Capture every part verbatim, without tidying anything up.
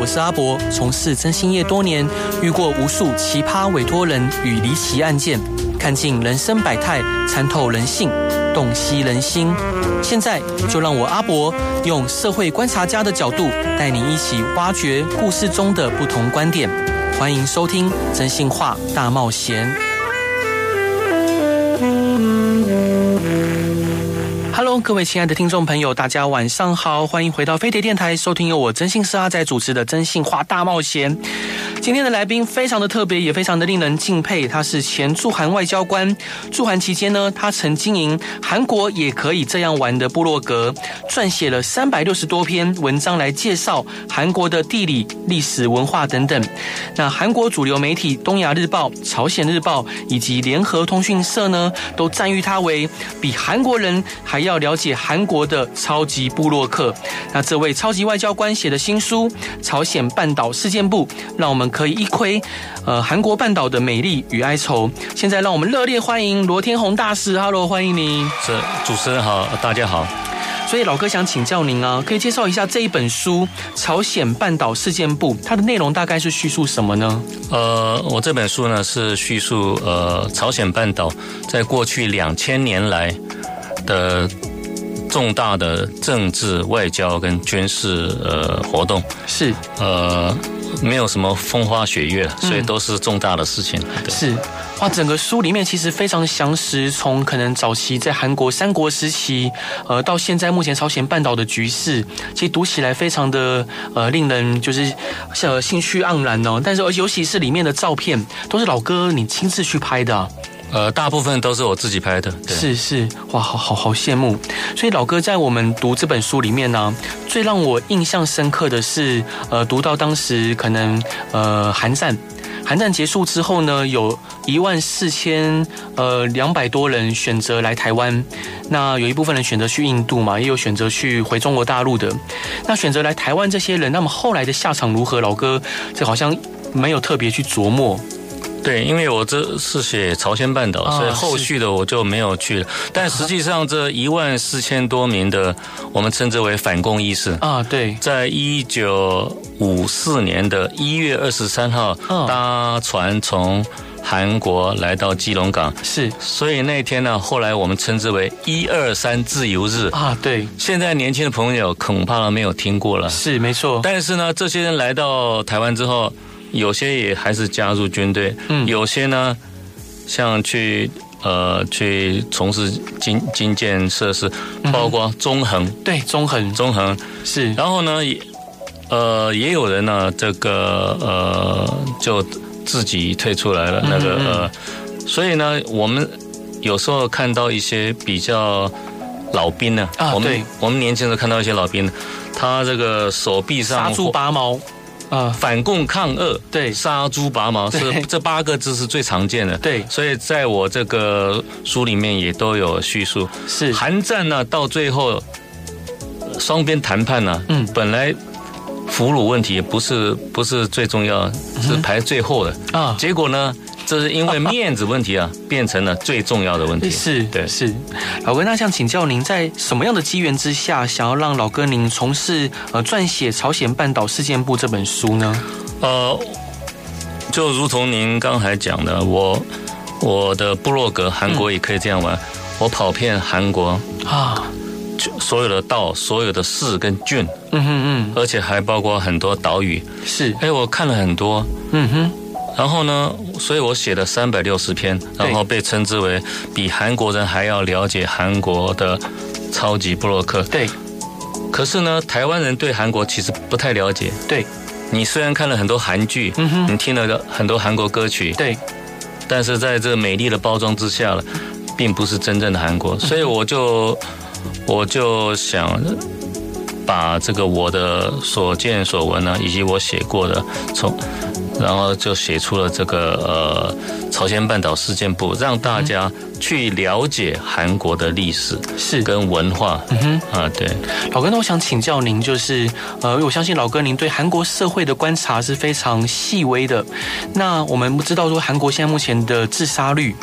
我是阿伯，从事征信业多年，遇过无数奇葩委托人与离奇案件，看尽人生百态，参透人性，洞悉人心。现在就让我阿伯用社会观察家的角度，带你一起挖掘故事中的不同观点。欢迎收听《真心话大冒险》。Hello， 各位亲爱的听众朋友，大家晚上好，欢迎回到飞碟电台，收听由我真心是阿仔主持的《真心话大冒险》。今天的来宾非常的特别，也非常的令人敬佩。他是前驻韩外交官，驻韩期间呢，他曾经营韩国也可以这样玩的部落格，撰写了三百六十多篇文章来介绍韩国的地理、历史、文化等等。那韩国主流媒体东亚日报、朝鲜日报以及联合通讯社呢，都赞誉他为比韩国人还要了解韩国的超级部落客。那这位超级外交官写的新书《朝鲜半岛事件簿》，让我们可以一窥呃韩国半岛的美丽与哀愁。现在让我们热烈欢迎罗天宏大使。Hello， 欢迎您。 是，主持人好，大家好。 所以老哥想请教您啊，可以介绍一下这一本书《朝鲜半岛事件簿》，它的内容大概是叙述什么呢？ 呃，我这本书呢是叙述呃朝鲜半岛在过去两千年来的重大的政治、外交跟军事呃活动。 是呃。没有什么风花雪月，所以都是重大的事情。 嗯、是哇，整个书里面其实非常详实，从可能早期在韩国三国时期，呃，到现在目前朝鲜半岛的局势，其实读起来非常的呃令人就是呃兴趣盎然哦。但是尤其是里面的照片，都是老哥你亲自去拍的、啊。 呃，大部分都是我自己拍的。对， 是是，哇，好好好羡慕。所以老哥在我们读这本书里面呢、啊，最让我印象深刻的是，呃，读到当时可能呃韩战，韩战结束之后呢，有一万四千呃两百多人选择来台湾，那有一部分人选择去印度嘛，也有选择去回中国大陆的。那选择来台湾这些人，那么后来的下场如何？老哥，这好像没有特别去琢磨。 对，因为我这是写朝鲜半岛，所以后续的我就没有去了。但实际上，这一万四千多名的，我们称之为反共义士啊，对， 在一九五四年的一月二十三号搭船从韩国来到基隆港， 是， 所以那天呢，后来我们称之为一二三自由日啊，对。 现在年轻的朋友恐怕没有听过了， 是没错。 但是呢，这些人来到台湾之后，有些也还是加入军队，嗯，有些呢，像去呃去从事军军建设施，包括中横， 嗯、对，中横， 中横是。 然后呢，也呃也有人呢，这个呃就自己退出来了，嗯、那个呃，所以呢，我们有时候看到一些比较老兵呢， 啊， 我们对， 我们年轻人看到一些老兵，他这个手臂上杀猪拔毛。 啊，反共抗俄， 对， 杀猪拔毛是这八个字是最常见的， 对， 所以在我这个书里面也都有叙述。 是韩战呢，到最后双边谈判呢，嗯，本来俘虏问题不是不是最重要，是排最后的啊，结果呢，这是因为面子问题啊，变成了最重要的问题。 是，对，是。老哥，那想请教您，在什么样的机缘之下，想要让老哥您从事呃撰写《朝鲜半岛事件簿》这本书呢？呃， 就如同您刚才讲的，我我的部落格韩国也可以这样玩，嗯、我跑遍韩国啊，所有的道、所有的市跟郡，嗯哼嗯，而且还包括很多岛屿。 是， 哎，我看了很多，嗯哼。然后呢，所以我写了三百六十篇，然后被称之为比韩国人还要了解韩国的超级部落客。 对。 可是呢，台湾人对韩国其实不太了解。 对。 你虽然看了很多韩剧，嗯哼，你听了很多韩国歌曲， 对。 但是在这美丽的包装之下了，并不是真正的韩国。所以我就我就想把这个我的所见所闻呢，以及我写过的从。然后就写出了这个呃朝鲜半岛事件簿，让大家去了解韩国的历史是跟文化。嗯哼啊，对。 老哥，那我想请教您，就是呃，我相信老哥您对韩国社会的观察是非常细微的。那我们知道说，韩国现在目前的自杀率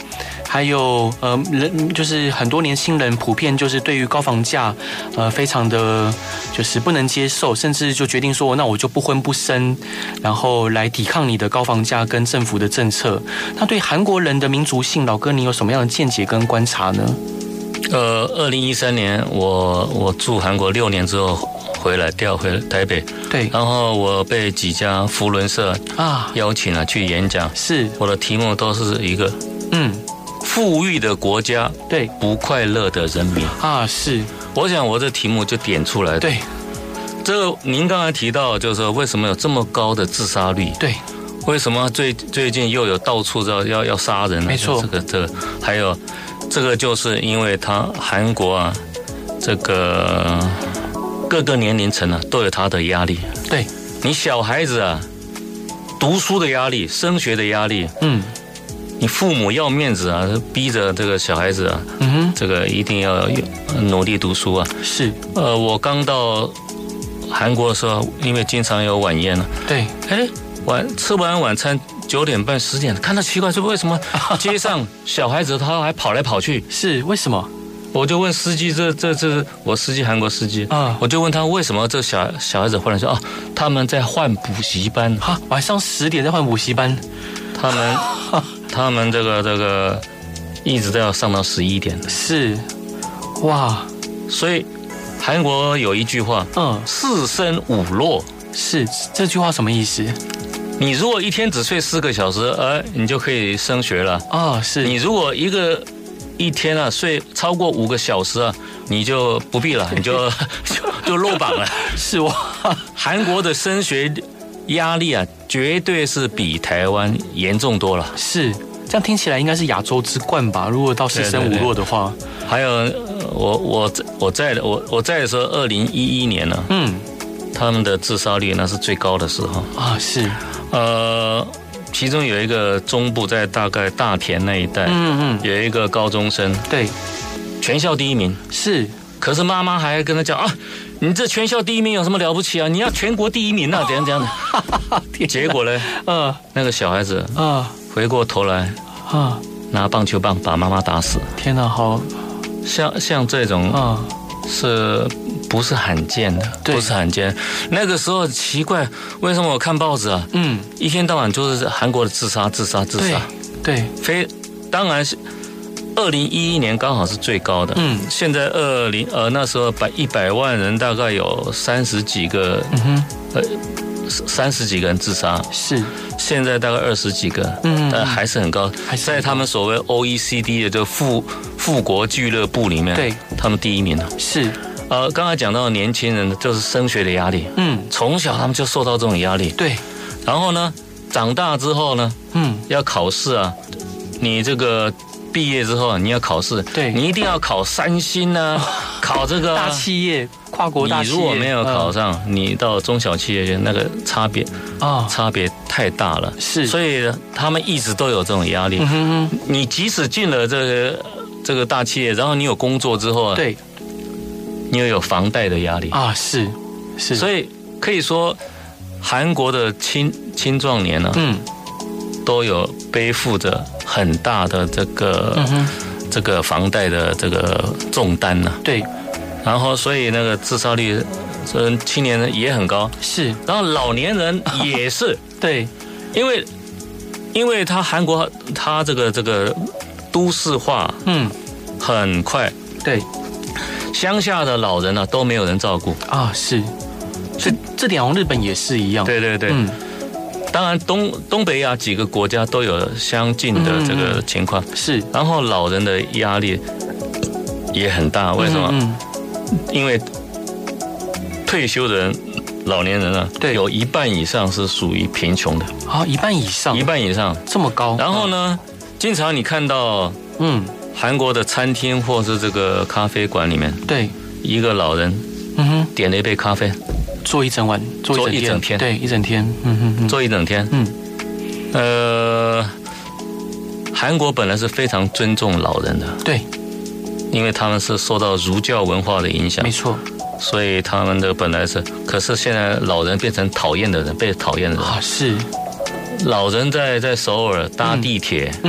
还有呃人就是很多年轻人普遍就是对于高房价呃非常的就是不能接受，甚至就决定说那我就不婚不生，然后来抵抗你的高房价跟政府的政策。那对韩国人的民族性，老哥你有什么样的见解跟观察呢？ 呃，二零一三年我我住韩国六年之后回来调回台北， 对， 然后我被几家扶轮社啊邀请了去演讲， 是我的题目都是一个嗯， 富裕的国家， 对， 不快乐的人民啊，是， 我想我这题目就点出来了。 对， 这个您刚才提到，就是说为什么有这么高的自杀率？ 对， 为什么最最近又有到处要要要杀人？ 没错， 这个这个还有这个就是因为他韩国啊，这个各个年龄层啊都有他的压力。 对， 你小孩子啊，读书的压力、升学的压力，嗯，你父母要面子啊，逼着这个小孩子啊，嗯哼，这个一定要努力读书啊。 是， 呃，我刚到韩国的时候，因为经常有晚宴了， 对， 哎，晚吃完晚餐九点半十点，看到奇怪，说为什么街上小孩子他还跑来跑去？ 是为什么？ 我就问司机，这这这我司机韩国司机啊，我就问他为什么这小小孩子忽然说啊，他们在换补习班， 哈，晚上十点在换补习班， 他们他们这个这个一直都要上到十一点， 是，哇， 所以韩国有一句话，嗯，四升五落， 是这句话什么意思？ 你如果一天只睡四个小时，呃，你就可以升学了啊，是你如果一个一天啊睡超过五个小时啊，你就不必了，你就就就落榜了。 是哇， 韩国的升学压力啊，绝对是比台湾严重多了。 是，这样听起来应该是亚洲之冠吧？如果到四升五落的话， 对对对，还有我我我在的我我在的时候，二零一一年呢、啊，嗯，他们的自杀率那是最高的时候啊，是， 呃。其中有一个中部，在大概大田那一带，嗯嗯，有一个高中生， 对， 全校第一名， 是， 可是妈妈还跟他讲啊，你这全校第一名有什么了不起啊？你要全国第一名啊，怎样怎样的。结果呢，嗯、呃，那个小孩子，啊、呃，回过头来，啊、呃，拿棒球棒把妈妈打死。 天哪，好， 像像这种，啊、呃，是。不是罕见的，不是罕见。那个时候奇怪，为什么我看报纸啊，嗯，一天到晚就是韩国的自杀、自杀、自杀。 对， 非当然是二零一一年刚好是最高的，嗯，现在二零呃那时候百一百万人大概有三十几个，嗯哼，呃三十几个人自杀， 是， 现在大概二十几个，嗯，但还是很高，在他们所谓 O E C D 的这个富富国俱乐部里面， 对，他们第一名了， 是。 呃，刚才讲到年轻人就是升学的压力，嗯，从小他们就受到这种压力， 对。 然后呢，长大之后呢，嗯，要考试啊，你这个毕业之后你要考试， 对， 你一定要考三星啊，考这个、啊、 大企业、跨国大企业。 你如果没有考上，嗯、你到中小企业那个差别啊，差别太大了， 是。 所以他们一直都有这种压力。嗯哼哼，你即使进了这个这个大企业，然后你有工作之后， 对。 你又有房贷的压力啊，是是， 所以可以说，韩国的青青壮年呢、啊，嗯，都有背负着很大的这个、嗯、这个房贷的这个重担呢、啊。 对， 然后所以那个自杀率，呃，青年人也很高， 是， 然后老年人也是， 对， 因为因为他韩国他这个这个都市化，嗯，很快， 对。 乡下的老人呢、啊、都没有人照顾啊，是，所以这点好像日本也是一样。 对对对，嗯，当然东东北亚几个国家都有相近的这个情况， 嗯、是。 然后老人的压力也很大，为什么？嗯嗯、因为退休的人，老年人啊， 对， 有一半以上是属于贫穷的啊，一半以上， 一半以上这么高。 然后呢，嗯、经常你看到，嗯。韩国的餐厅或是这个咖啡馆里面， 对， 一个老人，嗯哼，点了一杯咖啡， 坐一整晚， 坐一整天， 对，一整天，嗯哼哼， 坐一整天，嗯，呃，韩国本来是非常尊重老人的， 对， 因为他们是受到儒教文化的影响， 没错， 所以他们的本来是，可是现在老人变成讨厌的人，被讨厌的人啊，是， 老人在在首尔搭地铁，嗯。嗯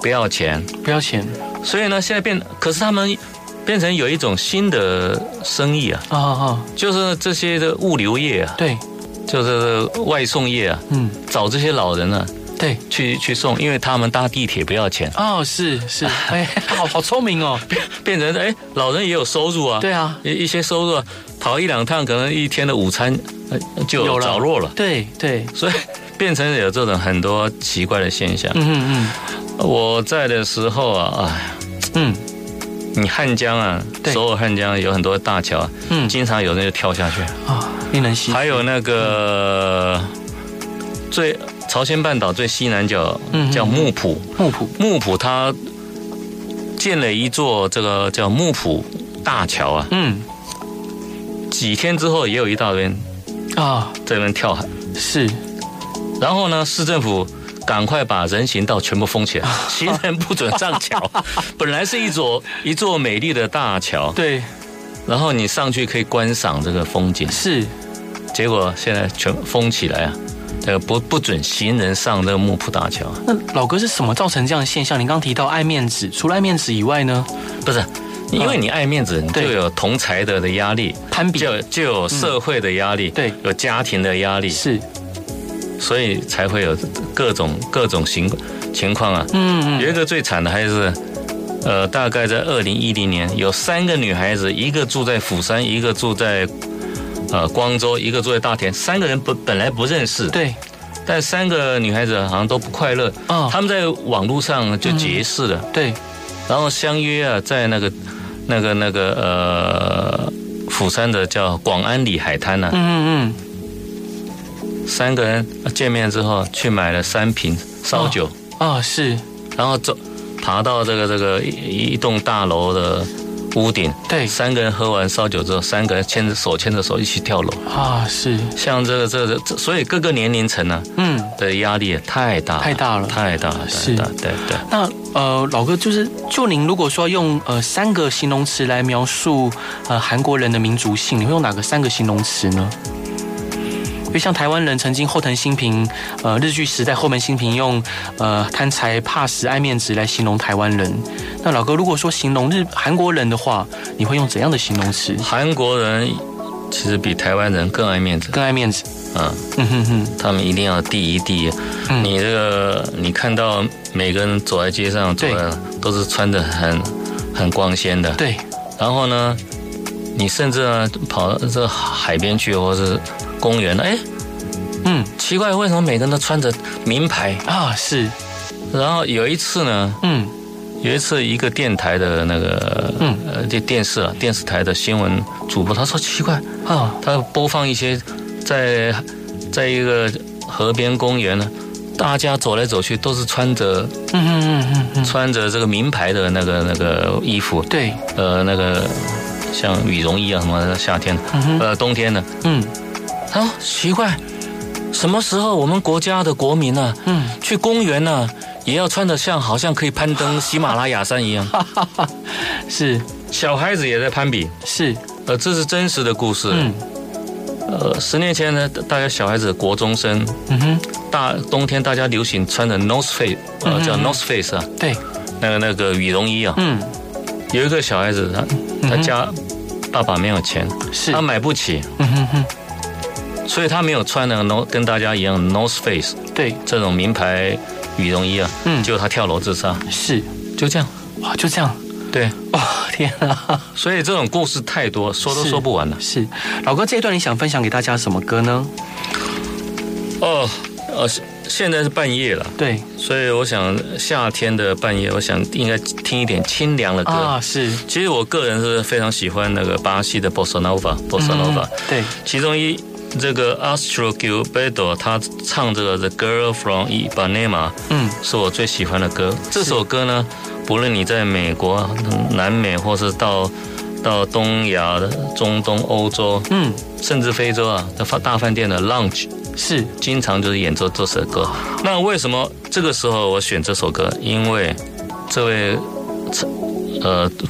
不要钱， 不要钱。 所以呢，现在变，可是他们变成有一种新的生意啊， 啊啊， 就是这些的物流业啊， 对， 就是外送业啊，嗯，找这些老人啊， 对， 去去送，因为他们搭地铁不要钱。 哦，是是，哎，好好聪明哦， 变变成哎，老人也有收入啊， 对啊， 一一些收入啊，跑一两趟，可能一天的午餐就有着落了， 对对， 所以变成有这种很多奇怪的现象。 嗯嗯嗯， 我在的时候啊，哎，嗯。你汉江啊，首尔汉江有很多大桥啊，嗯，经常有人就跳下去啊，令人唏嘘。 还有那个最朝鲜半岛最西南角叫木浦， 木浦木浦它建了一座这个叫木浦大桥啊，嗯，几天之后也有一大堆人啊在那边跳海， 是， 然后呢，市政府赶快把人行道全部封起来，行人不准上桥。本来是一座一座美丽的大桥， 对， 然后你上去可以观赏这个风景， 是， 结果现在全封起来啊，这个不不准行人上这个木浦大桥。 那老哥是什么造成这样的现象？你刚刚提到爱面子，除了爱面子以外呢？ 不是，因为你爱面子，你就有同才的的压力， 攀比， 就就有社会的压力，对，有家庭的压力， 是。 所以才会有各种各种情情况啊。嗯嗯。有一个最惨的还是，呃，大概在二零一零年，有三个女孩子，一个住在釜山，一个住在呃光州，一个住在大田，三个人本本来不认识。对。但三个女孩子好像都不快乐。哦。他们在网络上就结识了。嗯、对。然后相约啊，在那个那个那个呃釜山的叫广安里海滩啊。嗯嗯嗯。三个人见面之后，去买了三瓶烧酒啊、哦哦，是， 然后走爬到这个这个一栋大楼的屋顶，对，三个人喝完烧酒之后，三个人牵着手牵着手一起跳楼啊，是， 像这个这个这，所以各个年龄层呢、啊，嗯，的压力也太大太大了， 太大了， 是， 对对。 那呃，老哥就是，就您如果说用呃三个形容词来描述呃韩国人的民族性，你会用哪个三个形容词呢？因为像台湾人曾经后藤新平，呃，日据时代后藤新平用呃贪财怕死爱面子来形容台湾人。那老哥如果说形容日韩国人的话，你会用怎样的形容词？ 韩国人其实比台湾人更爱面子， 更爱面子。 嗯嗯哼哼，他们一定要第一第一。嗯、你这个你看到每个人走在街上，走在都是穿得很很光鲜的。对。然后呢，你甚至呢跑到这海边去，或是公园，哎，嗯，奇怪，为什么每个人都穿着名牌啊？是， 然后有一次呢，嗯，有一次一个电台的那个，嗯，呃，电电视啊，电视台的新闻主播，他说奇怪啊，他播放一些在在一个河边公园呢，大家走来走去都是穿着，嗯嗯嗯嗯，穿着这个名牌的那个那个衣服，对，呃，那个像羽绒衣啊什么的，夏天，嗯、呃，冬天的，嗯。啊，奇怪，什么时候我们国家的国民呢、啊？嗯，去公园呢、啊，也要穿得像好像可以攀登喜马拉雅山一样。是，小孩子也在攀比。是，呃，这是真实的故事。嗯，呃，十年前呢，大家小孩子国中生，嗯哼，大冬天大家流行穿的 North Face， 呃，叫 North Face 啊。对，那个那个羽绒衣啊。嗯，有一个小孩子，他他家爸爸没有钱，是他买不起。嗯哼哼。所以他没有穿那个跟大家一样 North Face 对这种名牌羽绒衣啊，嗯，结果他跳楼自杀，是就这样啊，就这样，对，哇、哦、天啊！所以这种故事太多，说都说不完了。是，是老哥，这一段你想分享给大家什么歌呢？哦，呃，现在是半夜了，对，所以我想夏天的半夜，我想应该听一点清凉的歌啊。是，其实我个人是非常喜欢那个巴西的 Bossa Nova，Bossa Nova，、嗯、对，其中一。这个 Astro Gilberto 他唱这个 The Girl from Ipanema， 嗯，是我最喜欢的歌。这首歌呢，不论你在美国、南美，或是到到东亚的中东、欧洲，嗯，甚至非洲啊的大饭店的 lounge， 是经常就是演奏这首歌。那为什么这个时候我选这首歌？因为这位呃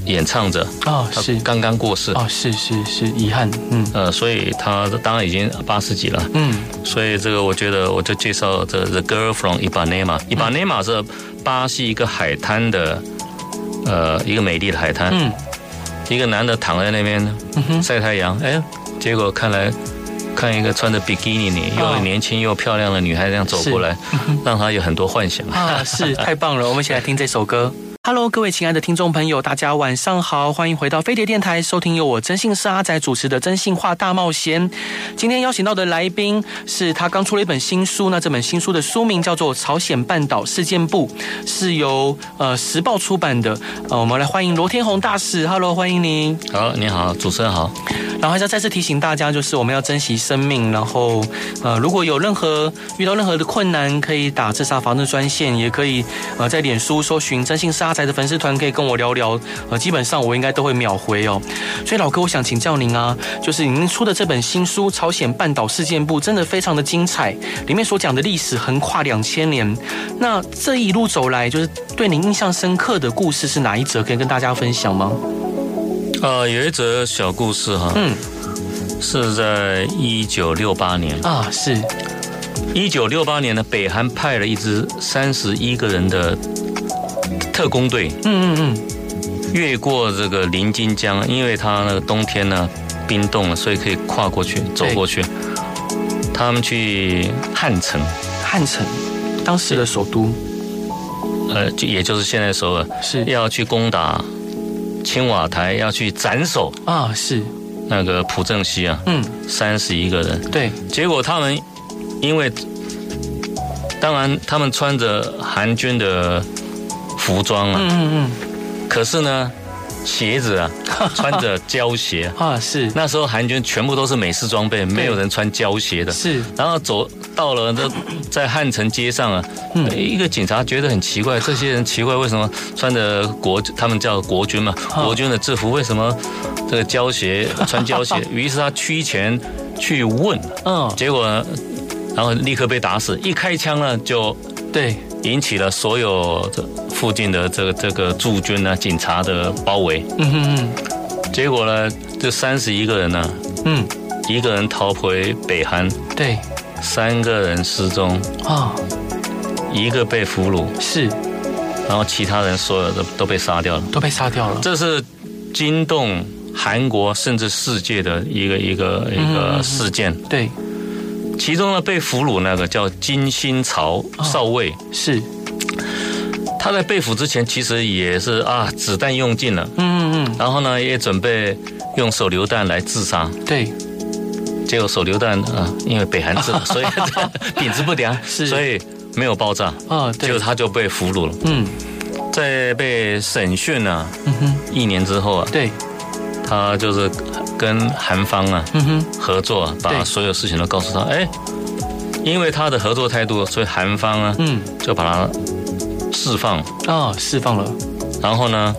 演唱者哦，是刚刚过世哦，是是是遗憾，嗯呃，所以他当然已经八十几了， 嗯， 所以这个我觉得我就介绍这 The Girl from Ipanema，Ipanema、嗯、是巴西一个海滩的，呃，一个美丽的海滩， 嗯， 一个男的躺在那边、嗯、晒太阳，哎，结果看来看一个穿着比基尼又年轻又漂亮的女孩这样走过来，嗯、让他有很多幻想啊，是太棒了，我们一起来听这首歌。Hello， 各位亲爱的听众朋友，大家晚上好，欢迎回到飞碟电台，收听由我真性是阿仔主持的真性话大冒险。今天邀请到的来宾是他刚出了一本新书，那这本新书的书名叫做《朝鲜半岛事件簿》，是由呃时报出版的。呃，我们来欢迎罗天宏大使 ，Hello， 欢迎您。 好，你好，主持人好。 然后还是要再次提醒大家，就是我们要珍惜生命，然后呃，如果有任何遇到任何的困难，可以打自杀防治专线，也可以呃在脸书搜寻真性是阿仔的粉丝团，可以跟我聊聊，呃，基本上我应该都会秒回哦。所以老哥，我想请教您啊，就是您出的这本新书《朝鲜半岛事件簿》真的非常的精彩，里面所讲的历史横跨两千年。那这一路走来，就是对您印象深刻的故事是哪一则？可以跟大家分享吗？ 呃，有一则小故事哈，嗯，是在一九六八年啊，是一九六八年呢，北韩派了一支三十一个人的特工队，嗯嗯嗯，越过这个临津江，因为它那个冬天呢冰冻了，所以可以跨过去走过去。他们去汉城， 汉城当时的首都， 呃，就也就是现在首尔， 是要去攻打青瓦台，要去斩首啊，是那个朴正熙啊，嗯，三十一个人， 对， 结果他们因为当然他们穿着韩军的服装啊，嗯嗯嗯，可是呢，鞋子啊，穿着胶鞋啊，是那时候韩军全部都是美式装备，没有人穿胶鞋的， 是， 然后走到了这在汉城街上啊，嗯、一个警察觉得很奇怪，这些人奇怪为什么穿着国他们叫国军嘛，国军的制服，为什么这个胶鞋穿胶鞋？于是他趋前去问，嗯，结果呢，然后立刻被打死，一开枪呢就对。 引起了所有这附近的这个这个驻军啊、警察的包围。嗯哼哼。结果呢，这三十一个人呢、啊，嗯，一个人逃回北韩， 对， 三个人失踪啊，一个被俘虏， 是， 然后其他人所有的都被杀掉了， 都被杀掉了。 这是惊动韩国甚至世界的一个一个一个事件。嗯、 对。 其中呢，被俘虏那个叫金新朝少尉、哦， 是他在被俘之前，其实也是啊，子弹用尽了，嗯嗯，然后呢，也准备用手榴弹来自杀， 对， 结果手榴弹啊，因为北韩制的，所以品质不良，所以没有爆炸，啊、哦，对，结果他就被俘虏了，嗯，在被审讯呢、啊，嗯哼，一年之后啊， 对， 他就是跟韩方啊，嗯哼，合作、啊，把所有事情都告诉他，哎，因为他的合作态度，所以韩方啊，嗯，就把他释放， 哦，释放了， 然后呢，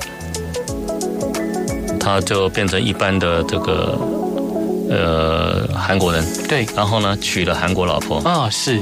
他就变成一般的这个呃韩国人， 对， 然后呢娶了韩国老婆， 啊、哦，是。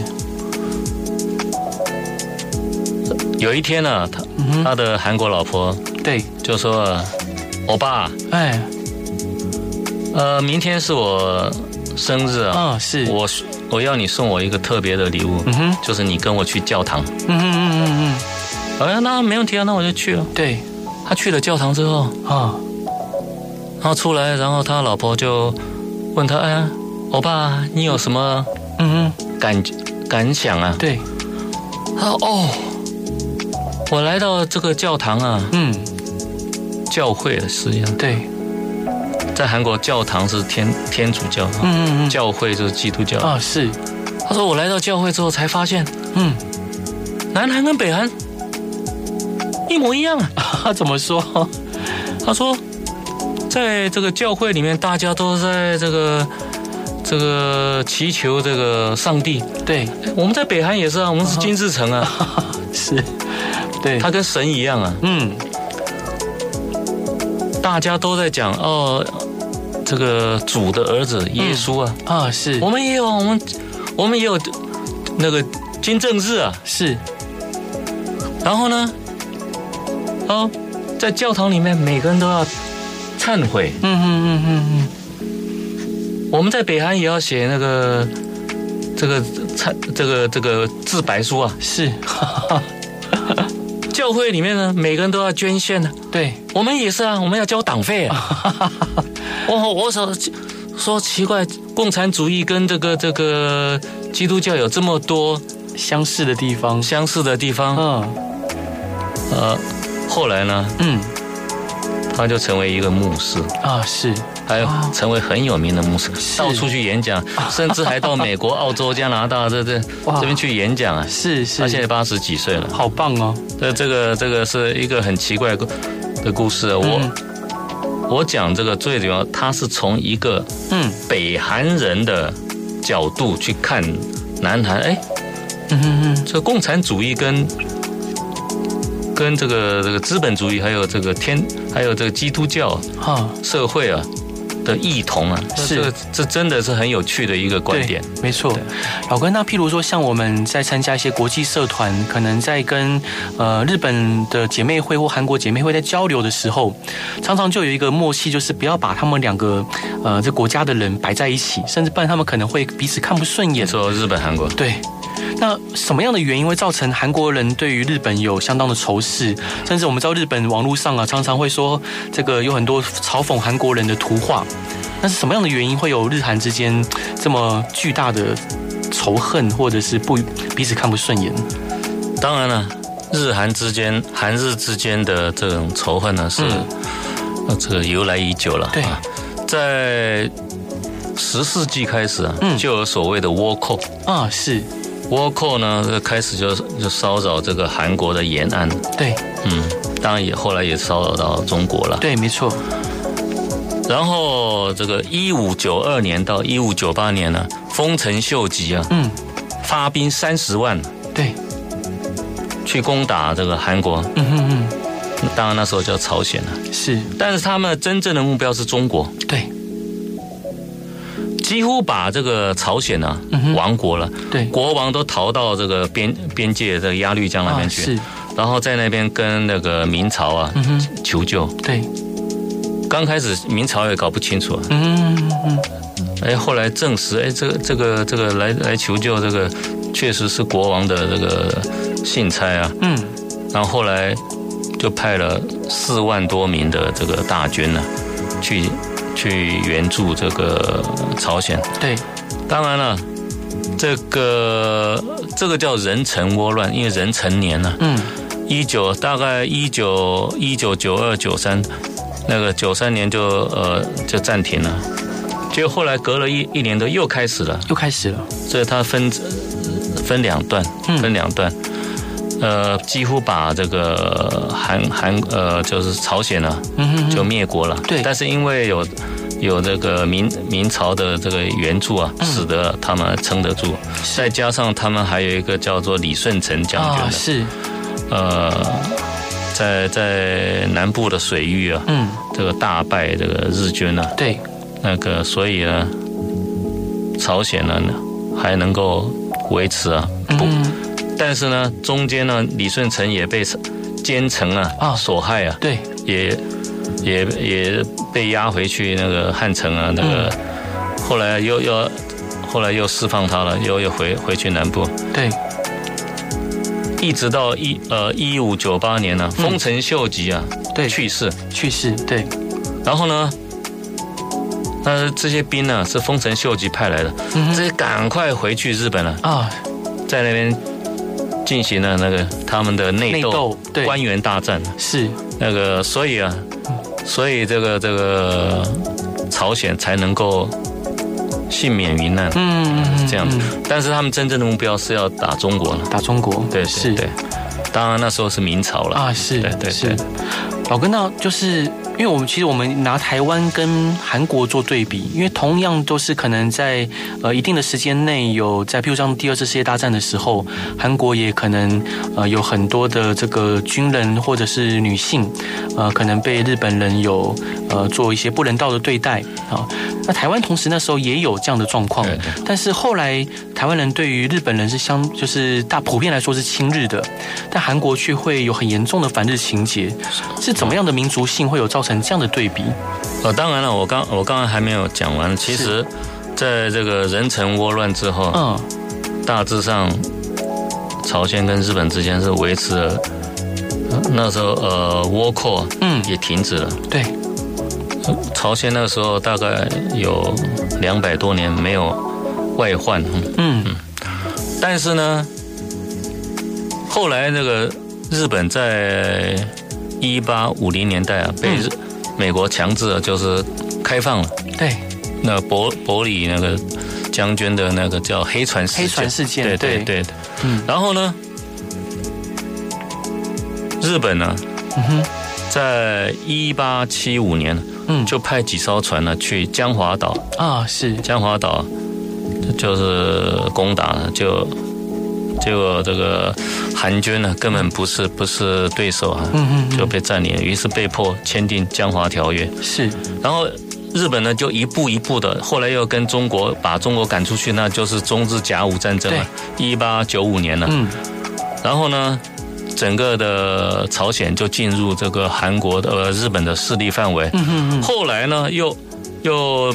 有一天呢、啊，他、嗯、他的韩国老婆对就说：“欧巴，哎，呃，明天是我生日啊， 哦、是我我要你送我一个特别的礼物，嗯哼，就是你跟我去教堂。嗯嗯嗯嗯嗯，哎呀，那没问题啊，那我就去了。 对， 他去了教堂之后啊，哦、然后出来，然后他老婆就问他：哎呀，欧巴，你有什么嗯哼感感想啊？ 对， 他说：哦。”我来到这个教堂啊，嗯，教会的实际上对， 在韩国教堂是天天主教，嗯嗯嗯，教会就是基督教啊、哦。是， 他说我来到教会之后才发现，嗯，南韩跟北韩一模一样啊。 他怎么说？ 他说，在这个教会里面，大家都在这个这个祈求这个上帝。 对， 我们在北韩也是啊，我们是金日成啊， 是。对， 他跟神一样啊，嗯，大家都在讲哦，这个主的儿子耶稣啊， 啊、嗯哦、是， 我们也有，我们我们也有那个金正日啊， 是， 然后呢，哦， 在教堂里面每个人都要忏悔。 嗯嗯嗯嗯嗯。 我们在北韩也要写那个这个忏这个这个自白书啊。 是。 教会里面呢，每个人都要捐献呢。 对， 我们也是啊，我们要交党费啊。我我说说奇怪，共产主义跟这个这个基督教有这么多相似的地方， 相似的地方。嗯，呃，后来呢，嗯，他就成为一个牧师啊，是， 还有成为很有名的牧师，到处去演讲，甚至还到美国、澳洲、加拿大这这这边去演讲啊。 是是， 他现在八十几岁了， 好棒哦。 这这个这个是一个很奇怪的故事。我、嗯、我讲这个最主要，他是从一个嗯北韩人的角度去看南韩。哎，嗯哼哼，这共产主义跟跟这个这个资本主义，还有这个天，还有这个基督教啊社会啊的异同啊，是这这真的是很有趣的一个观点。 没错，老哥，那譬如说像我们在参加一些国际社团，可能在跟呃日本的姐妹会或韩国姐妹会在交流的时候，常常就有一个默契，就是不要把他们两个呃这国家的人摆在一起，甚至不然他们可能会彼此看不顺眼。 说日本、韩国， 对。那什么样的原因会造成韩国人对于日本有相当的仇视？甚至我们知道日本网络上啊，常常会说这个有很多嘲讽韩国人的图画。那是什么样的原因会有日韩之间这么巨大的仇恨，或者是不彼此看不顺眼？ 当然了，日韩之间、韩日之间的这种仇恨呢，是、嗯、这个由来已久了。 对， 在十世纪开始啊，嗯、就有所谓的倭寇啊，是。 倭寇呢，开始就就骚扰这个韩国的沿岸。 对， 嗯，当然也后来也骚扰到中国了。 对，没错。 然后这个一五九二年到一五九八年呢，丰臣秀吉啊，嗯，发兵三十万， 对， 去攻打这个韩国。嗯哼哼，当然那时候叫朝鲜了。 是， 但是他们真正的目标是中国。 对。 几乎把这个朝鲜呢、啊嗯、亡国了， 对， 国王都逃到这个边边界的鸭绿江那边去，啊、是，然后在那边跟那个明朝啊、嗯、求救。 对， 刚开始明朝也搞不清楚， 嗯嗯嗯， 哎，后来证实，哎，这个这个这个来来求救，这个确实是国王的这个信差啊，嗯，然后后来就派了四万多名的这个大军呢、啊，去。去援助这个朝鲜。 对， 当然了，这个这个叫壬辰倭乱，因为壬辰年呢、啊，嗯，一九大概一九一九九二九三，那个九三年就呃就暂停了，结果后来隔了一一年多又开始了， 又开始了， 所以它分分两段，分两段。嗯呃，几乎把这个韩韩呃，就是朝鲜呢、啊，就灭国了。 对， 但是因为有有这个明明朝的这个援助啊，嗯、使得他们撑得住。再加上他们还有一个叫做李舜臣将军的， 啊、是， 呃，在在南部的水域啊，嗯，这个大败这个日军啊， 对， 那个所以呢，朝鲜呢还能够维持啊，不。嗯但是呢，中间呢，李舜臣也被奸臣啊、啊所害啊， 对， 也也也被押回去那个汉城啊，那个、嗯、后来又又后来又释放他了，又又回回去南部， 对， 一直到一呃一五九八年呢、啊，丰臣秀吉啊， 对， 去世去世，对， 然后呢，那这些兵呢、啊、是丰臣秀吉派来的，嗯、这些赶快回去日本了啊，在那边。进行了那个他们的内斗，官员大战是那个，所以啊，所以这个这个朝鲜才能够幸免于难，嗯，这样子。但是他们真正的目标是要打中国了， 打中国， 对， 是， 对。当然那时候是明朝了啊，是， 对对是。老哥，那就是因为我们其实我们拿台湾跟韩国做对比，因为同样都是可能在呃一定的时间内有在，譬如像第二次世界大战的时候，韩国也可能呃有很多的这个军人或者是女性，呃可能被日本人有呃做一些不人道的对待啊。那台湾同时那时候也有这样的状况，但是后来台湾人对于日本人是相就是大普遍来说是亲日的，但韩国却会有很严重的反日情节，是怎么样的民族性会有造成这样的对比？ 呃，当然了，我刚我刚刚还没有讲完，其实在这个人臣倭乱之后，嗯，大致上朝鲜跟日本之间是维持了，呃、那时候呃倭寇嗯也停止了， 对。 朝鲜那个时候大概有两百多年没有外患，嗯嗯，但是呢，后来那个日本在一八五零年代啊，被日、嗯、美国强制就是开放了， 对， 那伯伯里那个将军的那个叫黑船事件， 黑船事件， 对对 对, 对，嗯，然后呢，日本呢，嗯哼，在一八七五年。嗯，就派几艘船呢去江华岛啊，是江华岛，就是攻打了，就结果这个韩军呢根本不是不是对手啊，嗯嗯，就被占领了，于是被迫签订江华条约。 是， 然后日本呢就一步一步的，后来又跟中国把中国赶出去，那就是中日甲午战争了，一八九五年了。嗯，然后呢，整个的朝鲜就进入这个韩国的呃日本的势力范围。嗯嗯嗯。后来呢，又又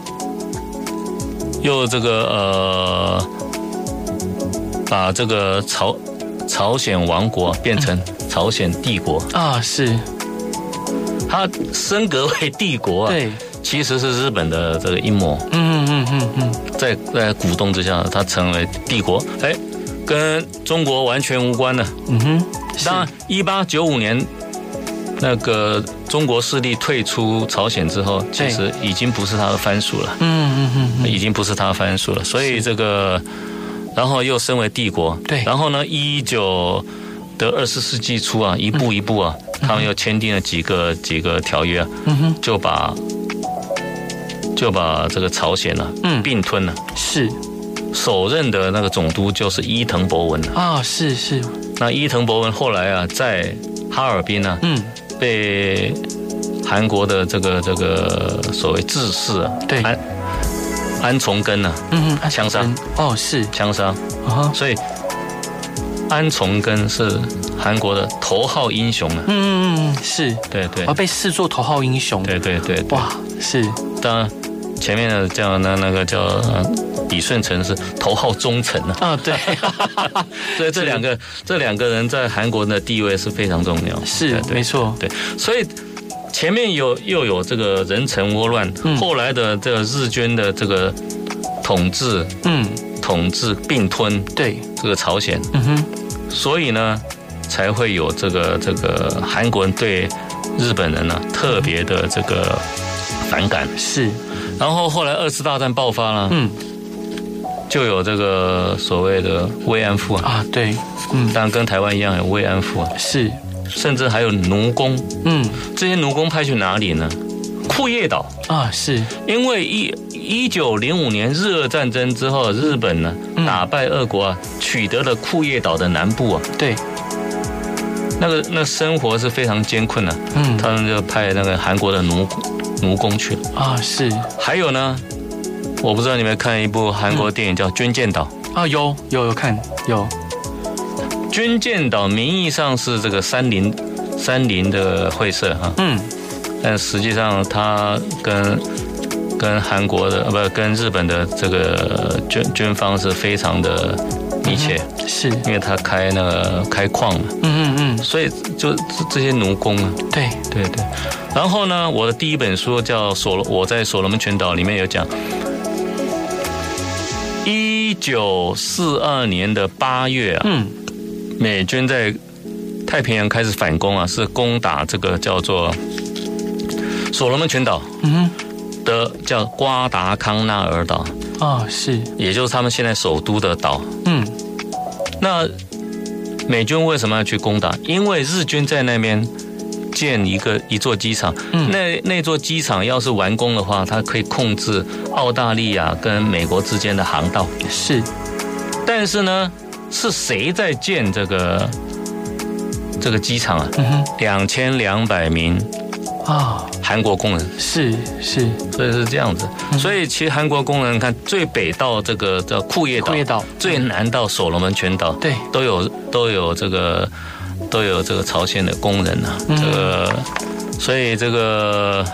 又这个呃，把这个朝朝鲜王国变成朝鲜帝国啊，是。 它升格为帝国啊， 对， 其实是日本的这个阴谋。 嗯嗯嗯嗯， 在在鼓动之下，它成为帝国。哎。跟中国完全无关的，嗯哼。当然，一八九五年那个中国势力退出朝鲜之后，其实已经不是他的藩属了，嗯嗯嗯，已经不是他的藩属了。所以这个，然后又升为帝国， 对。 然后呢，一九的二十世纪初啊，一步一步啊，嗯、他们又签订了几个几个条约，嗯哼，就把就把这个朝鲜呢、啊，嗯，并吞了， 是。 首任的那个总督就是伊藤博文啊，是是。 那伊藤博文后来啊，在哈尔滨啊，嗯，被韩国的这个这个所谓志士啊， 对， 安安重根啊，嗯嗯，枪杀。 哦，是枪杀啊，所以安重根是韩国的头号英雄啊。 嗯嗯嗯，是， 对对， 而被视作头号英雄。 对对 对, 对， 哇，是。 当然，前面的叫那那个叫。呃李舜臣是头号忠臣啊！ 啊，对， 所以这两个这两个人在韩国的地位是非常重要。 是，没错， 对。所以前面有又有这个人臣倭乱，嗯、后来的这个日军的这个统治，嗯，统治并吞， 对这个朝鲜，嗯哼，所以呢，才会有这个这个韩国人对日本人呢、啊、特别的这个反感。 是， 然后后来二次大战爆发了，嗯。就有这个所谓的慰安妇啊， 啊对，嗯， 当然跟台湾一样有慰安妇啊， 是， 甚至还有奴工，嗯，这些奴工派去哪里呢？库页岛啊，是因为一一九零五年日俄战争之后，日本呢、嗯、打败俄国啊，取得了库页岛的南部啊， 对， 那个那生活是非常艰困的、啊，嗯，他们就派那个韩国的奴奴工去了啊，是， 还有呢。我不知道你们看一部韩国电影叫《军舰岛》 啊，有有有看有。 军舰岛名义上是这个三菱三菱的会社哈，嗯，但实际上它跟跟韩国的不跟日本的这个军军方是非常的密切， 嗯、是因为他开那个开矿嘛，嗯嗯嗯，所以就这些奴工啊， 对对对。然后呢，我的第一本书叫《所我在所罗门群岛》里面有讲。一九四二年的八月啊，嗯，美军在太平洋开始反攻啊，是攻打这个叫做所罗门群岛，嗯的叫瓜达康纳尔岛啊，是， 也就是他们现在首都的岛，嗯，那美军为什么要去攻打？因为日军在那边建一个一座机场，嗯、那那座机场要是完工的话，它可以控制澳大利亚跟美国之间的航道。 是， 但是呢，是谁在建这个这个机场啊？两千两百名啊，韩国工人。 是是， 所以是这样子。嗯、所以其实韩国工人看最北到这个叫库页岛，库页岛最南到所罗门群岛，对，都有都有这个都有这个朝鲜的工人啊。嗯、这个，所以这个，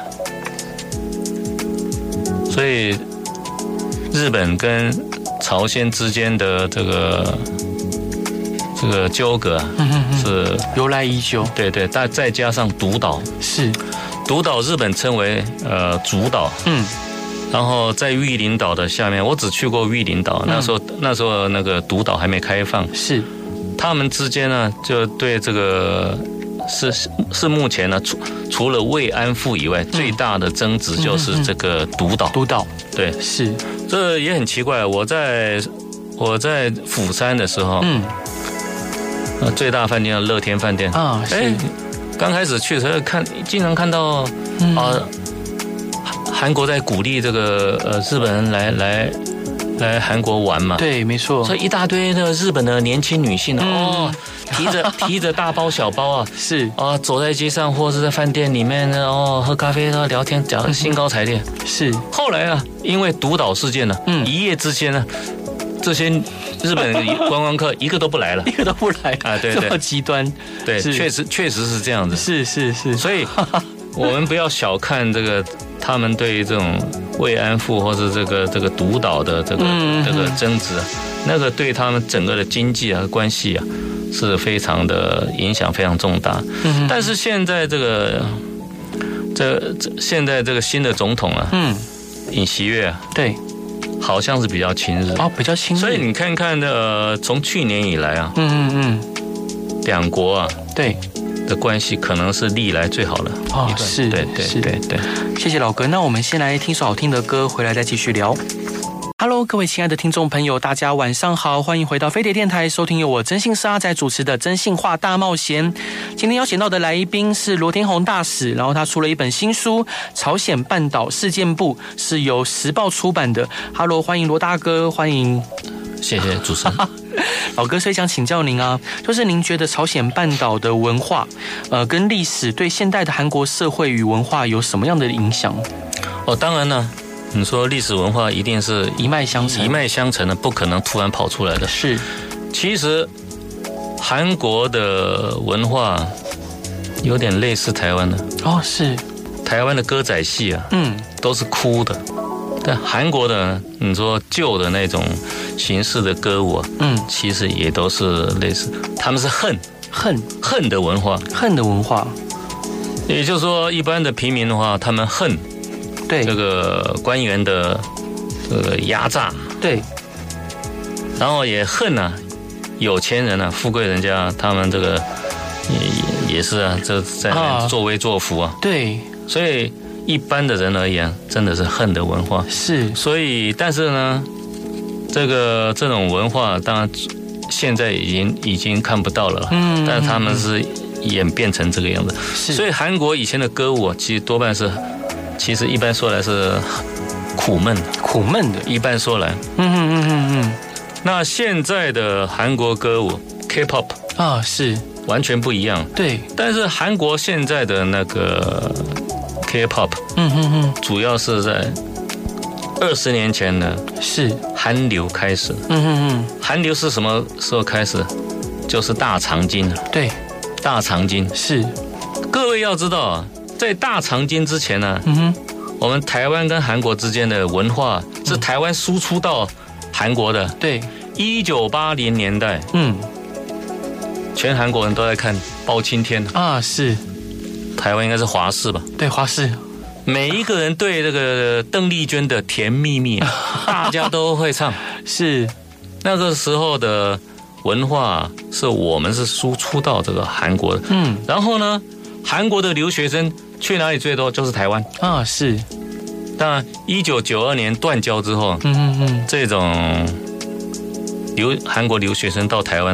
所以日本跟朝鲜之间的这个这个纠葛啊，嗯嗯嗯是由来已久。 对对，再再加上独岛是。 独岛日本称为呃主岛，嗯，然后在玉林岛的下面，我只去过玉林岛，那时候、嗯、那时候那个独岛还没开放， 是， 他们之间呢就对这个是是目前呢除除了慰安妇以外、嗯、最大的争执就是这个独岛， 独岛， 对， 是， 这也很奇怪，我在我在釜山的时候，嗯，呃最大饭店叫乐天饭店啊，是。欸刚开始去的时候看，经常看到啊，韩国在鼓励这个呃日本人来来来韩国玩嘛。 对，没错。 所以一大堆的日本的年轻女性、嗯、哦，提着提着大包小包啊， 是啊，走在街上或是在饭店里面呢，哦，喝咖啡啊，聊天，讲得兴高采烈。 是。 后来啊，因为独岛事件呢、啊，嗯，一夜之间呢、啊，这些日本观光客一个都不来了， 一个都不来啊！对对， 这么极端， 对，确实确实是这样子， 是是是， 所以我们不要小看这个他们对于这种慰安妇或是这个这个独岛的这个、嗯、这个争执，那个对他们整个的经济啊关系啊是非常的影响非常重大。嗯、但是现在这个这这现在这个新的总统啊，嗯，尹锡悦啊， 对。 好像是比较亲日哦，比较亲日。 所以你看看，呃，从去年以来啊，嗯嗯嗯，两国啊， 对的关系可能是历来最好的哦，是， 对对是对对。 谢谢老哥，那我们先来听首好听的歌，回来再继续聊。Hello， 各位亲爱的听众朋友，大家晚上好，欢迎回到飞碟电台，收听由我真心是阿仔主持的真心话大冒险。今天邀请到的来宾是罗天宏大使，然后他出了一本新书《朝鲜半岛事件簿》，是由时报出版的。Hello， 欢迎罗大哥，欢迎。 谢谢主持人。 老哥，所以想请教您啊，就是您觉得朝鲜半岛的文化，呃，跟历史对现代的韩国社会与文化有什么样的影响？ 哦，当然了。你说历史文化一定是一脉相承， 一脉相承的，不可能突然跑出来的。 是， 其实韩国的文化有点类似台湾的哦，是台湾的歌仔戏啊，嗯，都是哭的。但韩国的，你说旧的那种形式的歌舞啊，嗯，其实也都是类似，他们是恨恨恨的文化， 恨的文化。 也就是说，一般的平民的话，他们恨。 对这个官员的这个压榨， 对， 然后也恨啊，有钱人啊，富贵人家，他们这个也也是啊，这在作威作福啊， 对， 所以一般的人而言，真的是恨的文化， 是， 所以但是呢，这个这种文化当然现在已经已经看不到了，嗯，但是他们是演变成这个样子，是，所以韩国以前的歌舞其实多半是。其实一般说来是苦闷的， 苦闷的。 一般说来，嗯嗯嗯嗯嗯。那现在的韩国歌舞 K-pop 啊，是完全不一样。 对， 但是韩国现在的那个 K-pop， 嗯嗯嗯，主要是在二十年前呢， 是韩流开始。嗯嗯嗯，韩流是什么时候开始？就是大长今。 对， 大长今是。 各位要知道啊。在大长今之前呢、啊，嗯哼，我们台湾跟韩国之间的文化是台湾输出到韩国的。 对， 一九八零年代，嗯，全韩国人都在看包青天啊，是， 台湾应该是华视吧？ 对，华视。 每一个人对这个邓丽娟的《甜蜜蜜》，大家都会唱。 是， 那个时候的文化是我们是输出到这个韩国的。嗯，然后呢，韩国的留学生。去哪里最多就是台湾啊，是。 当然，一九九二年断交之后，嗯嗯嗯，这种留韩国留学生到台湾呢，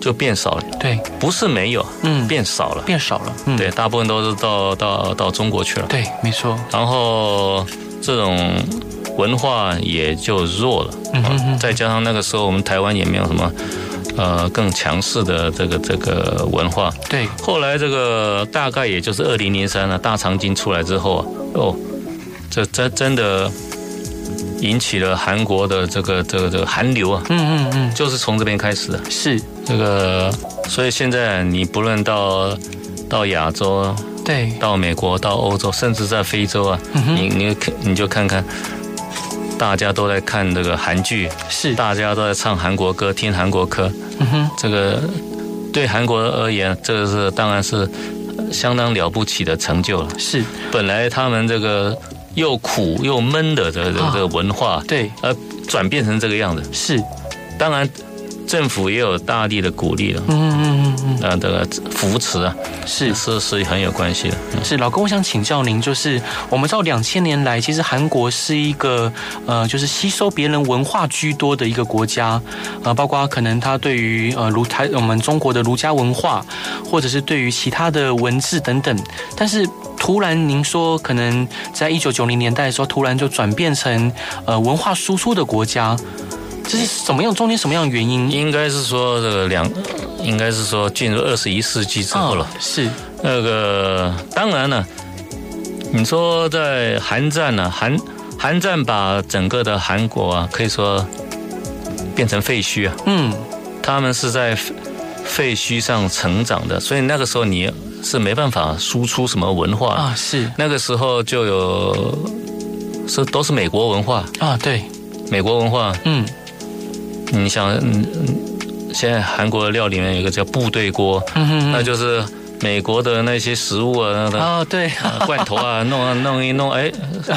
就变少了。 对， 不是没有， 嗯， 变少了， 变少了。嗯， 对，大部分都是到到到中国去了。 对，没错。 然后这种文化也就弱了。嗯哼哼，再加上那个时候我们台湾也没有什么呃更强势的这个这个文化。 对， 后来这个大概也就是二零零三了，大长今出来之后啊，哦，这真真的引起了韩国的这个这个这个韩流啊。 嗯嗯嗯， 就是从这边开始的。 是这个，所以现在你不论到到亚洲， 对， 到美国，到欧洲，甚至在非洲啊，嗯、你你你就看看。大家都在看这个韩剧， 是大家都在唱韩国歌，听韩国歌。嗯哼，这个对韩国而言，这个是当然是相当了不起的成就了。 是， 本来他们这个又苦又闷的这个、啊、这个文化， 对， 呃，转变成这个样子。 是， 当然政府也有大力的鼓励了。 嗯嗯嗯嗯， 呃，这个扶持啊， 是是是很有关系的。 嗯、是老公，我想请教您，就是我们知道两千年来，其实韩国是一个呃，就是吸收别人文化居多的一个国家，呃，包括可能他对于呃儒台我们中国的儒家文化，或者是对于其他的文字等等，但是突然您说，可能在一九九零年代的时候，突然就转变成呃文化输出的国家。这是什么样？中间什么样的原因？ 应该是说这个两，应该是说进入二十一世纪之后了。 哦、是那个当然了，你说在韩战呢、啊，韩韩战把整个的韩国啊，可以说变成废墟啊。嗯，他们是在废墟上成长的，所以那个时候你是没办法输出什么文化啊。是那个时候就有是都是美国文化啊，对， 美国文化，嗯。你想，嗯，现在韩国的料理里面有一个叫部队锅，嗯哼哼，那就是美国的那些食物啊，那哦对， 啊、罐头啊，弄啊弄一弄，哎，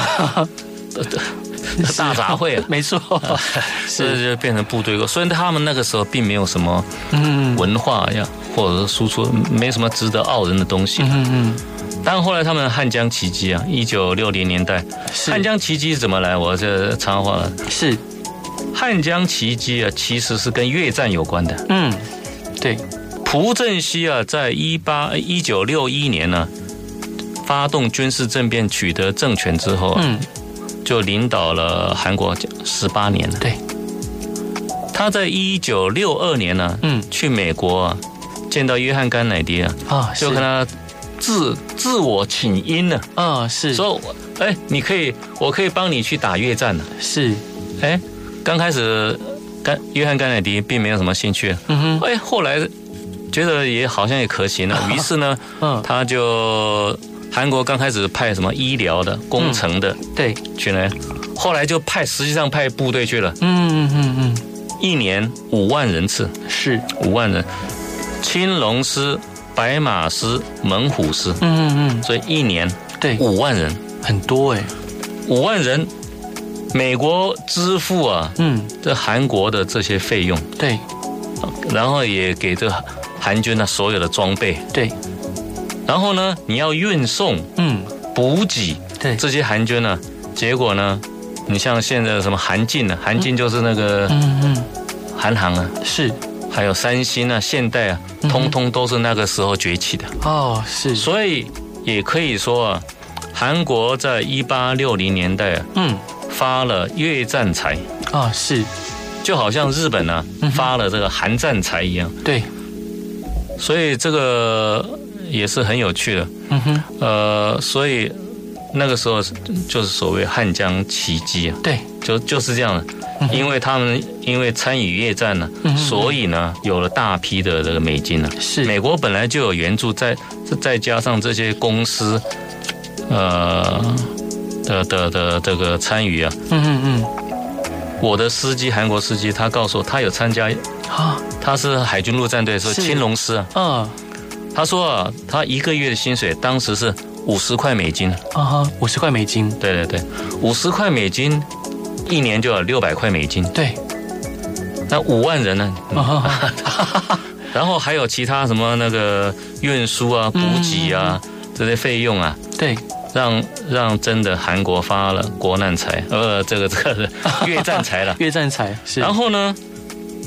大杂烩啊， 没错， 是就变成部队锅。所以他们那个时候并没有什么文化呀，或者是输出，没什么值得傲人的东西。嗯嗯。但后来他们汉江奇迹啊，一九六零年代，汉江奇迹是怎么来？我这插话了， 是。 汉江奇迹啊，其实是跟越战有关的。 嗯，对。 朴正熙啊，在一八一九六一年呢、啊，发动军事政变取得政权之后啊，嗯，就领导了韩国十八年了。 对。 他在一九六二年呢、啊，嗯，去美国啊，见到约翰甘乃迪啊，啊，就跟他自自我请缨了。 啊，是。 说，哎，你可以，我可以帮你去打越战了。 是。 哎。刚开始，甘约翰甘乃迪并没有什么兴趣，嗯哼，哎，后来觉得也好像也可行了，于是呢，嗯，他就韩国刚开始派什么医疗的、工程的， 嗯、对， 去呢，后来就派实际上派部队去了， 嗯嗯嗯嗯， 一年五万人次， 是五万人，青龙师、白马师、猛虎师，嗯嗯嗯，所以一年对五万人， 很多哎， 五万人。美国支付啊，嗯，这韩国的这些费用， 对， 然后也给这韩军呢所有的装备， 对， 然后呢，你要运送，嗯，补给， 对， 这些韩军呢，结果呢，你像现在什么韩进呢，韩进就是那个，嗯嗯，韩航啊， 是， 还有三星啊、现代啊，通通都是那个时候崛起的， 哦，是， 所以也可以说啊，韩国在一八六零年代啊，嗯。发了越战财啊，是， 就好像日本呢、啊嗯、发了这个韩战财一样。 对， 所以这个也是很有趣的。嗯哼，呃，所以那个时候就是所谓汉江奇迹啊。 对， 就就是这样的，嗯、因为他们因为参与越战呢、啊，嗯、所以呢有了大批的这个美金呢、啊。 是， 美国本来就有援助，再再加上这些公司，呃。的的的这个参与啊，嗯嗯嗯，我的司机韩国司机他告诉我，他有参加啊，他是海军陆战队是青龙师啊，嗯，他说啊，他一个月的薪水当时是五十块美金啊哈，五十块美金， 对对对，五十块美金，一年就有六百块美金， 对， 那五万人呢，啊、然后还有其他什么那个运输啊、补给啊、嗯、这些费用啊， 对。 让让真的韩国发了国难财，呃，这个这个越战财了， 越战财是。 然后呢，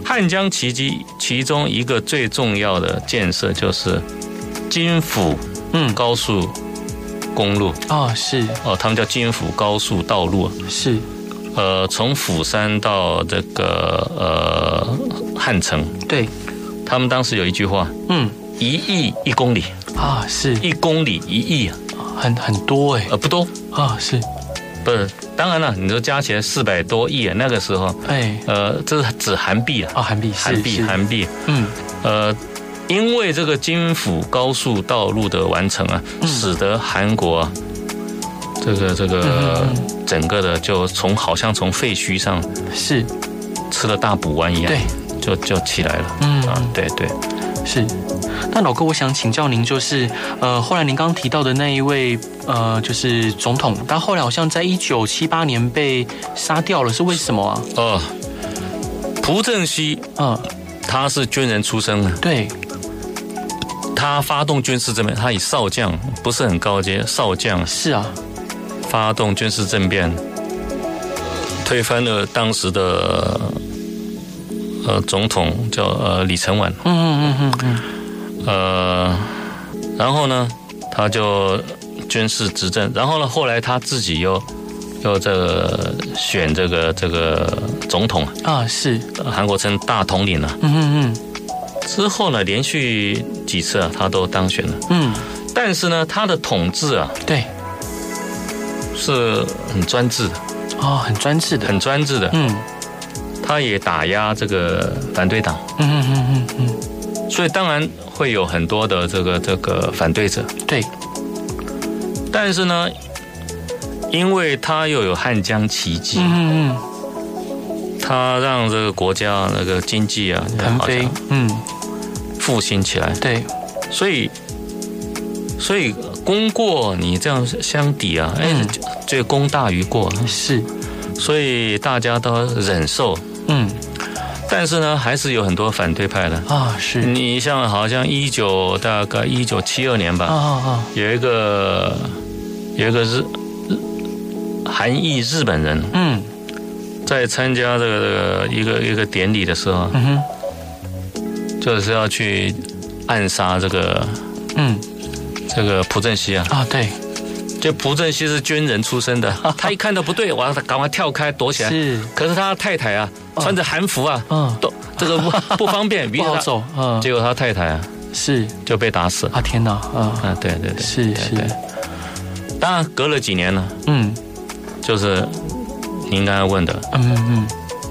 汉江奇迹其中一个最重要的建设就是京釜嗯高速公路哦，是哦，他们叫京釜高速道路， 是呃，从釜山到这个呃汉城， 对， 他们当时有一句话， 嗯一亿一公里啊，是一公里一亿啊， 很很多哎， 呃不多啊，是不是？当然了，你说加起来四百多亿啊，那个时候， 哎呃，这是指韩币啊， 哦，韩币韩币是韩币， 嗯呃。因为这个京釜高速道路的完成啊， 嗯使得韩国啊，这个这个整个的就从好像从废墟上是吃了大补丸一样， 对， 就就起来了。 嗯啊，对对， 是。那老哥，我想请教您，就是呃，后来您刚刚提到的那一位呃，就是总统，但后来好像在一九七八年被杀掉了，是为什么啊？ 哦，朴正熙， 嗯， 他是军人出身的， 对， 他发动军事政变，他以少将不是很高阶，少将是啊， 发动军事政变，推翻了当时的呃总统叫呃李承晚， 嗯嗯嗯嗯呃，然后呢，他就军事执政，然后呢，后来他自己又又这个选这个这个总统啊，是， 韩国称大统领了， 嗯嗯嗯， 之后呢，连续几次啊，他都当选了， 嗯， 但是呢，他的统治啊， 对， 是很专制的， 哦，很专制的， 很专制的， 嗯， 他也打压这个反对党， 嗯嗯嗯嗯嗯， 所以当然会有很多的这个这个反对者， 对， 但是呢，因为他又有汉江奇迹， 嗯嗯嗯， 他让这个国家那个经济啊腾飞，嗯， 复兴起来， 对， 所以所以功过你这样相抵啊，哎、嗯，这功大于过， 是， 所以大家都忍受， 嗯。 但是呢，还是有很多反对派的啊，是你像好像一九大概一九七二年吧， 啊啊， 有一个有一个日韩裔日本人， 嗯， 在参加这个这个一个一个典礼的时候， 嗯哼， 就是要去暗杀这个嗯这个朴正熙啊啊，对， 就朴正熙是军人出身的，他一看到不对，哇，他赶快跳开躲起来， 是， 可是他太太啊。穿着韩服啊，嗯，都这个不不方便， 不好走，嗯， 结果他太太啊是就被打死了啊！天哪，嗯啊，对对对， 是是， 当然隔了几年呢，嗯，就是您刚才问的，嗯嗯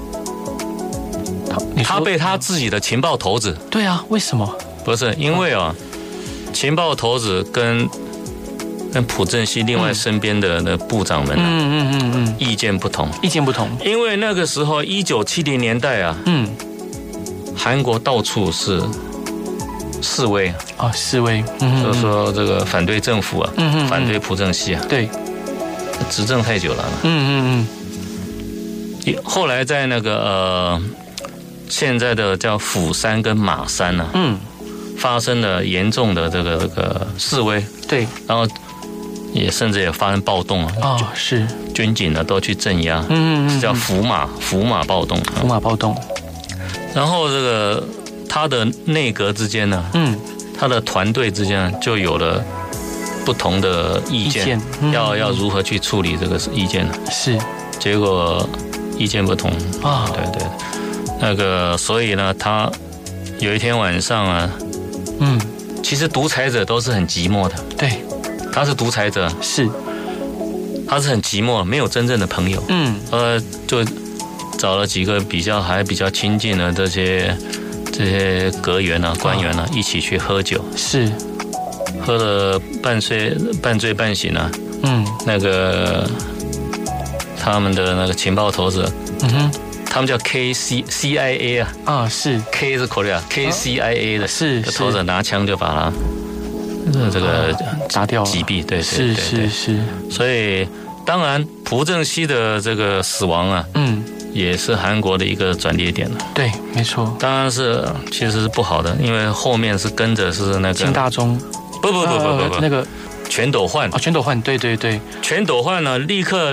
嗯，他被他自己的情报头子， 对啊，为什么？ 不是因为啊，情报头子跟跟朴正熙另外身边的那部长们，嗯嗯嗯嗯，意见不同， 意见不同。 因为那个时候一九七零年代啊，嗯，韩国到处是示威啊，示威，嗯， 就是说这个反对政府啊，嗯嗯，反对朴正熙啊， 对， 执政太久了， 嗯嗯嗯。后来在那个呃，现在的叫釜山跟马山呢、啊，嗯，发生了严重的这个这个示威， 对， 然后。也甚至也发生暴动啊！ 哦，是军警呢都去镇压，嗯嗯，叫福马福马暴动， 福马暴动。 然后这个他的内阁之间呢，嗯，他的团队之间就有了不同的意见，意见嗯、要要如何去处理这个意见呢？ 是， 结果意见不同啊，对对，那个所以呢，他有一天晚上啊，嗯，其实独裁者都是很寂寞的， 对。 他是独裁者， 是， 他是很寂寞，没有真正的朋友。嗯，呃，就找了几个比较还比较亲近的这些这些阁员啊、官员啊，一起去喝酒。 是， 喝了半睡半醉半醒啊。嗯，那个他们的那个情报头子，嗯哼，他们叫 K C C I A 啊。啊， 是 K 是 Korea，K C I A 的， 是头子拿枪就把他。这个砸掉了， 击毙，对对对， 是是是。 所以当然，朴正熙的这个死亡啊，嗯，也是韩国的一个转捩点了。 对，没错。 当然是其实是不好的，因为后面是跟着是那个金大中， 不不不不不不， 那个全斗焕啊，全斗焕，对对对， 全斗焕呢立刻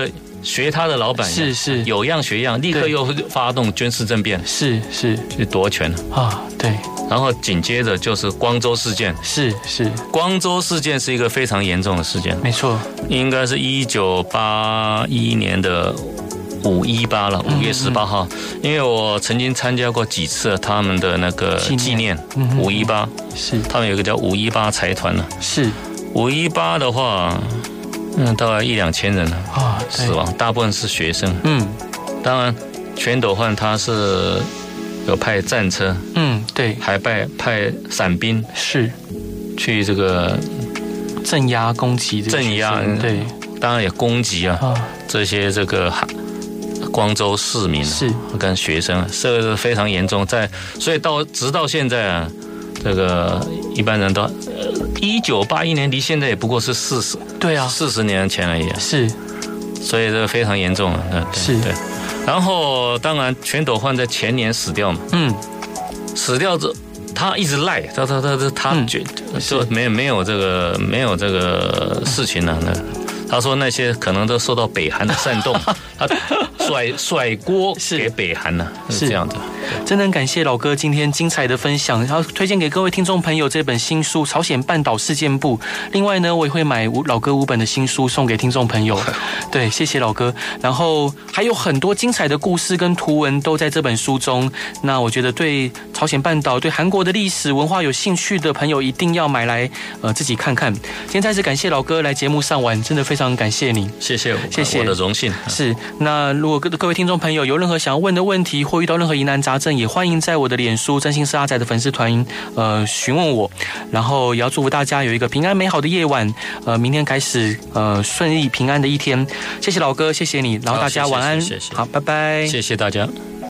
学他的老板是是有样学样，立刻又发动军事政变， 是是去夺权啊，对。 然后紧接着就是光州事件， 是是， 光州事件是一个非常严重的事件， 没错， 应该是一九八一年的五一八了，五月十八号，因为我曾经参加过几次他们的那个纪念五一八， 是他们有一个叫五一八财团呢， 是五一八的话，嗯，大概一两千人啊死亡，大部分是学生，嗯，当然全斗焕他是有派战车， 嗯，对， 还派派伞兵是去这个镇压攻击， 镇压， 对， 当然也攻击啊这些这个光州市民是跟学生，这个是非常严重，在所以到直到现在啊，这个一般人都一九八一年离现在也不过是四十， 对啊， 四十年前而已， 是， 所以这个非常严重啊， 是对。然后当然全斗焕在前年死掉嘛，嗯，死掉之后他一直赖，他他他他他觉就没有没有这个没有这个事情了呢。他说那些可能都受到北韩的煽动，他甩甩锅给北韩呢，是这样的。 真的很感谢老哥今天精彩的分享，然后推荐给各位听众朋友这本新书《朝鲜半岛事件簿》。另外呢，我也会买老哥五本的新书送给听众朋友。对，谢谢老哥。然后还有很多精彩的故事跟图文都在这本书中。那我觉得对朝鲜半岛、对韩国的历史文化有兴趣的朋友，一定要买来呃自己看看。今天再次感谢老哥来节目上玩，真的非常感谢你。 谢谢， 谢谢， 我的荣幸。 是，那如果各位听众朋友有任何想要问的问题，或遇到任何疑难杂症，也欢迎在我的脸书真心是阿仔的粉丝团呃询问我。然后也要祝福大家有一个平安美好的夜晚，呃，明天开始呃顺利平安的一天。谢谢老哥，谢谢你，然后大家晚安， 谢谢谢谢好，拜拜， 谢谢大家。